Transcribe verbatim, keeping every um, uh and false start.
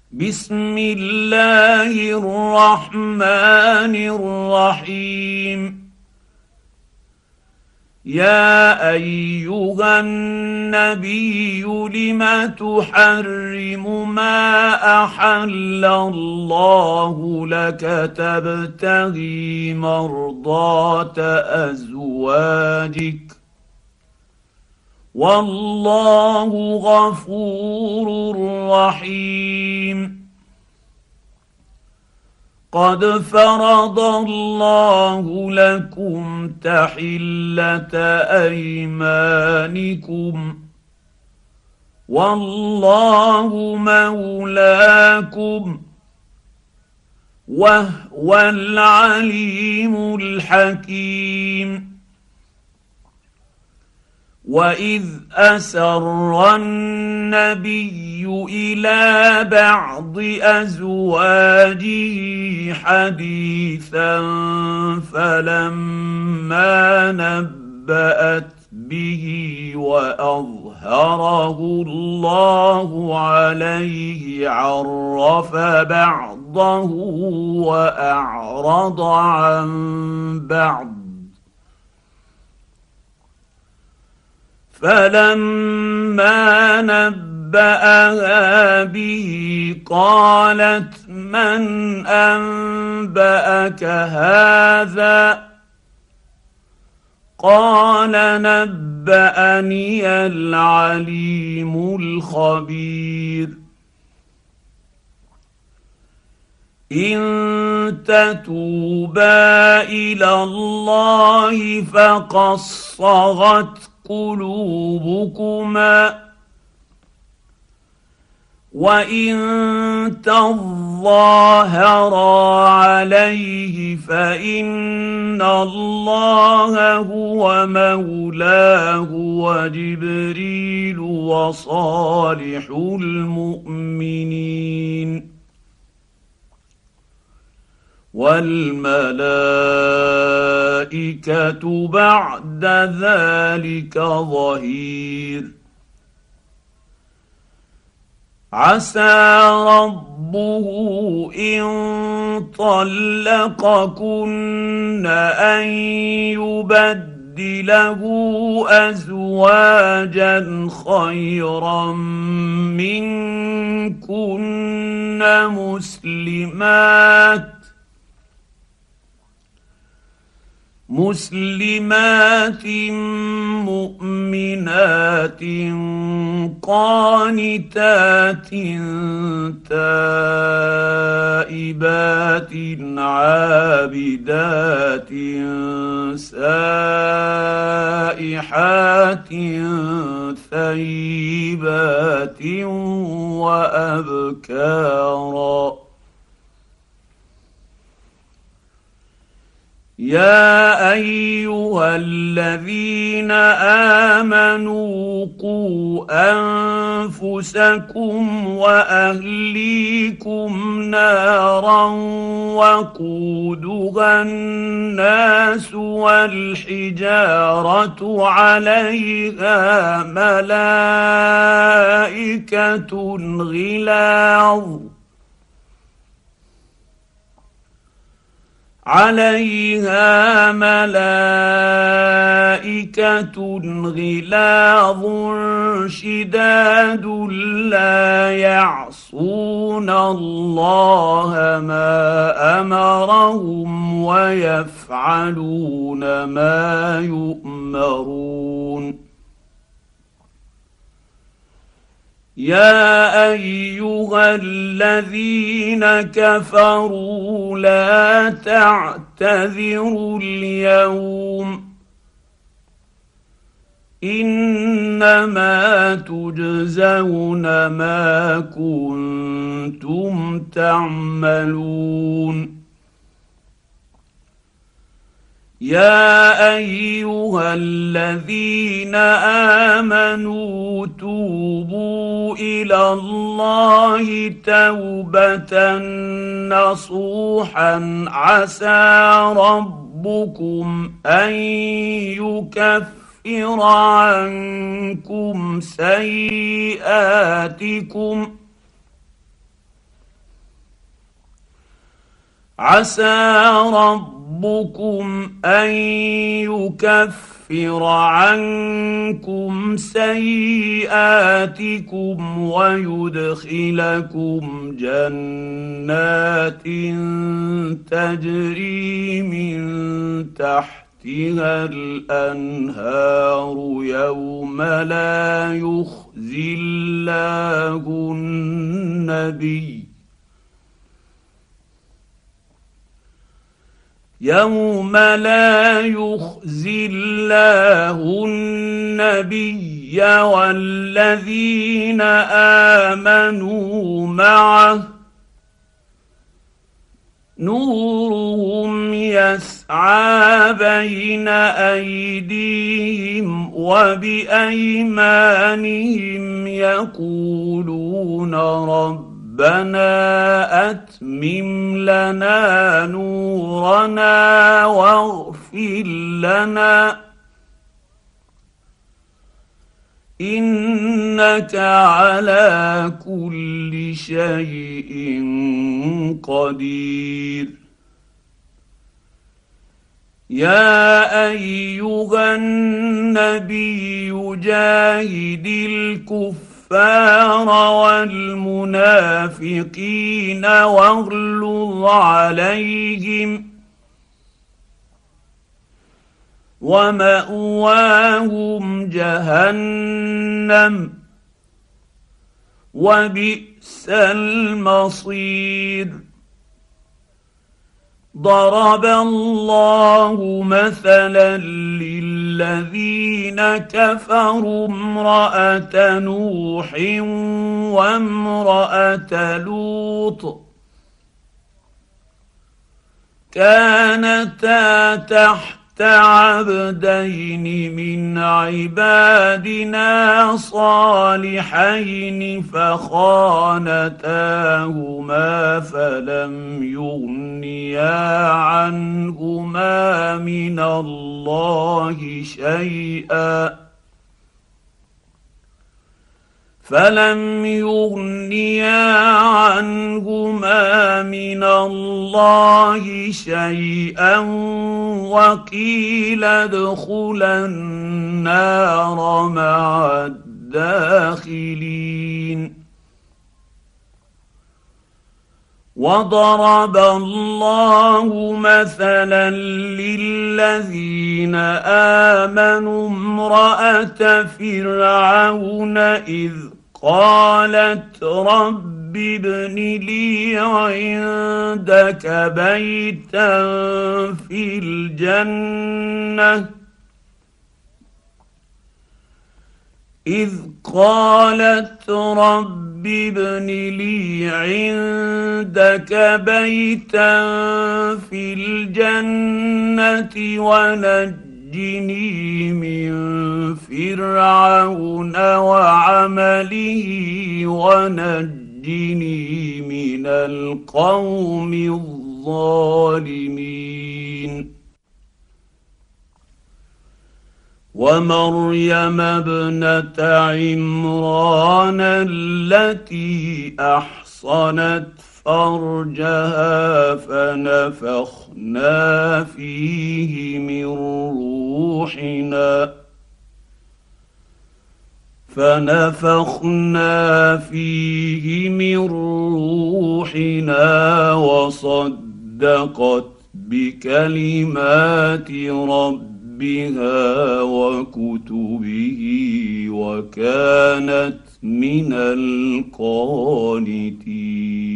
بسم الله الرحمن الرحيم. يا ايها النبي لم تحرم ما احل الله لك تبتغي مرضات ازواجك والله غفور رحيم. قد فرض الله لكم تحلة ايمانكم والله مولاكم وهو العليم الحكيم. واذ اسر النبي الى بعض ازواجه حديثا فلما نبأت به واظهره الله عليه عرف بعضه واعرض عن بعض. فلما نبأها به قالت من أنبأك هذا؟ قال نبأني العليم الخبير. إن تتوبا إلى الله فقد صغت قلوبكما وان تظاهرا عليه فان الله هو مولاه وجبريل وصالح المؤمنين والملائكة بعد ذلك ظهير. عسى ربه إن طلقكن أن يبدله أزواجا خيرا منكن مسلمات مسلمات مؤمنات قانتات تائبات عابدات سائحات ثيبات وأبكارا. يا ايها الذين امنوا قوا انفسكم واهليكم نارا وقودها الناس والحجاره عليها ملائكه غلاظ عليها ملائكة غلاظ شداد لا يعصون الله ما أمرهم ويفعلون ما يؤمرون. يا ايها الذين كفروا لا تعتذروا اليوم انما تجزون ما كنتم تعملون. يا ايها الذين امنوا توبوا الى الله توبه نصوحا عسى ربكم ان يكفر عنكم سيئاتكم عسى ربكم ان يكفر عنكم سيئاتكم ويدخلكم جنات تجري من تحتها الانهار يوم لا يخزي الله النبي يوم لا يخزي الله النبي والذين آمنوا معه نورهم يسعى بين أيديهم وبأيمانهم يقولون رب ربنا أتمم لنا نورنا واغفر لنا إنك على كل شيء قدير يا أيها النبي جاهد الكفر الكفار والمنافقين واغلظ عليهم ومأواهم جهنم وبئس المصير ضرب الله مثلا للذين كفروا امرأة نوح وامرأة لوط كانتا تحت عبدين من عبادنا صالحين فخانتاهما فلم يغنيا عنهما من الله شيئا فلم يغنيا عنهما من الله شيئا وقيل ادخلا النار مع الداخلين وضرب الله مثلا للذين آمنوا امرأة فرعون إذ قالت رب ابن لي عندك بيتا في الجنة إذ قالت رب ابن لي عندك بيتا في الجنة ونجني من فرعون وعمله ونجني من القوم الظالمين ومريم ابنة عمران التي أحصنت فرجها فنفخنا فيه من روحنا فنفخنا فيه من روحنا وصدقت بكلمات ربها بها وكتبه وكانت من القانتين